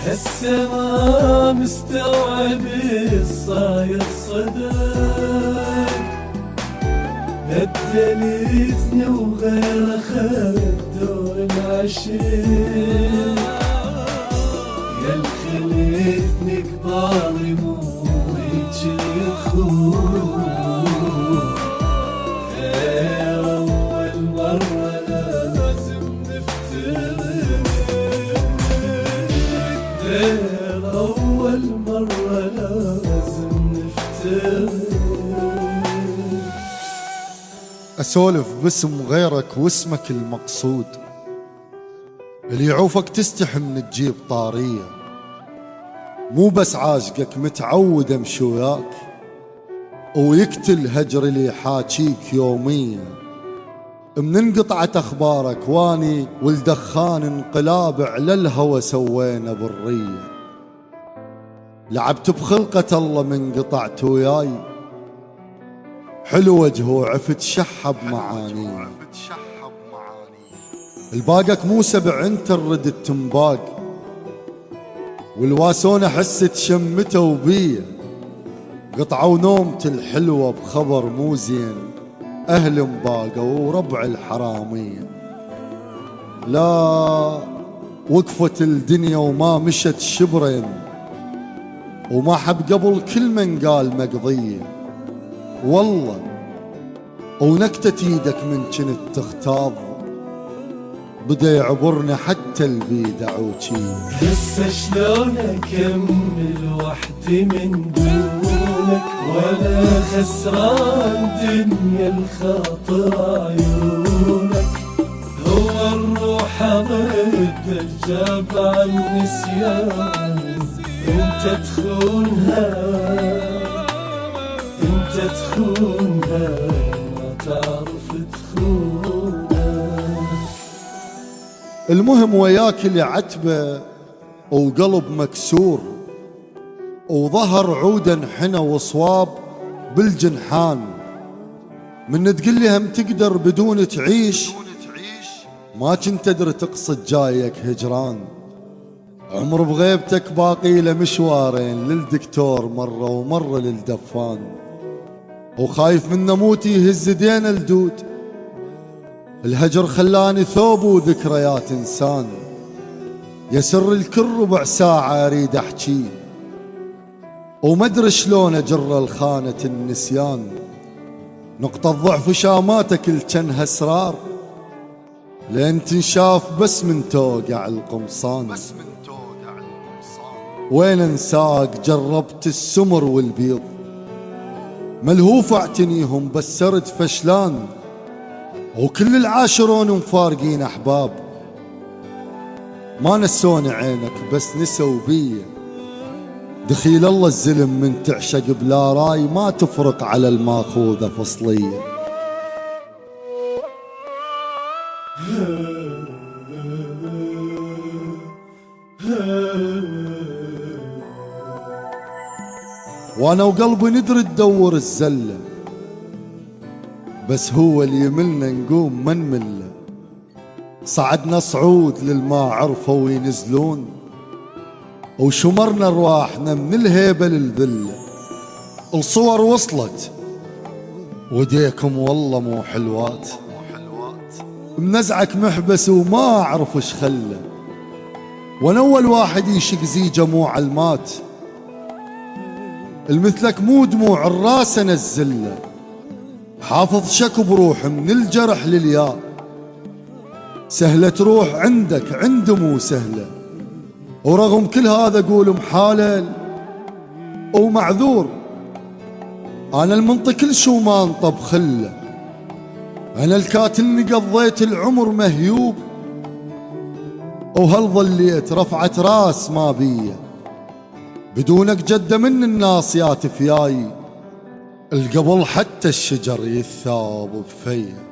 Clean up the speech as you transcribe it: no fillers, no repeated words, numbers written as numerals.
هسه ما مستوعب الصاير صدق، بدلتني وغير خدوا العشق، يا خليتني قبالي مو هيج الخوف، غير أول مرة لازم نفترق، غير أول مرة لازم نفترق. أسولف باسم غيرك واسمك المقصود، اللي يعوفك تستحي من تجيب طارية، مو بس عاشقك متعود امشي وياك، ويقتل هجر اللي حاجيك يوميا. من انقطعت اخبارك واني والدخان انقلاب على الهوى سوينا برية، لعبت بخلقة الله من قطعت وياي، حلو وجهه وعفت شحب معاني، الباقك مو سبع انت الرد التنباق، والواسون حست شمته وبيه، قطعوا نومتي الحلوة بخبر مو زين، اهل مباقوا وربع الحرامية. لا وقفت الدنيا وما مشت شبرين، وما حب قبل كل من قال مقضية، والله ونكتة ايدك من كنت تختاض، بدا يعبرني حتى البيد عوجي. هسه شلون اكمل وحدي من دونك، ولا خسران دنيا الخاطر عيونك، هو الروح ضد الجاب عن نسيان، انت تخونها انت تخونها ما تعرف تخونها. المهم وياك اللي عتبه وقلب مكسور، وظهر عودا حنى وصواب بالجنحان، من تقلي هم تقدر بدون تعيش، ما كنت تدري تقصد جايك هجران. عمر بغيبتك باقي له مشوارين، للدكتور مرة ومرة للدفان، وخايف من نموتي يهز دين الدود، الهجر خلاني ثوب وذكريات انسان، يسر الكل ربع ساعة اريد احكي، ومدري شلون اجر الخانة النسيان، نقطة ضعف شاماتك الجنها اسرار، لين تنشاف بس من توقع القمصان. وين انساك جربت السمر والبيض، ملهوف اعتنيهم بس سرد فشلان، وكل العاشرون مفارقين احباب، ما نسوني عينك بس نسوا بيه، دخيل الله الزلم من تعشق بلا راي، ما تفرق على الماخوذة فصلية. وانا وقلبي ندري تدور الزلة، بس هو اللي يملنا نقوم ما نمله، صعدنا صعود للما عرفوا وينزلون، وشمرنا رواحنا من الهيبة للذلة، الصور وصلت وديكم والله مو حلوات، منزعك محبس وما اعرف ايش خله، وانا اول واحد يشق زيجه مو علمات، المثلك مو دموع الراس انزله، حافظ شك بروح من الجرح للياء، سهلة تروح عندك عند مو سهلة، ورغم كل هذا اقول محالل ومعذور، انا المنطق كل شو ما انطب خله، انا الكاتلني قضيت العمر مهيوب، وهل ظليت رفعت راس ما بيه، بدونك جدة من الناس يا تفياي، القبل حتى الشجر يثاب بفيه.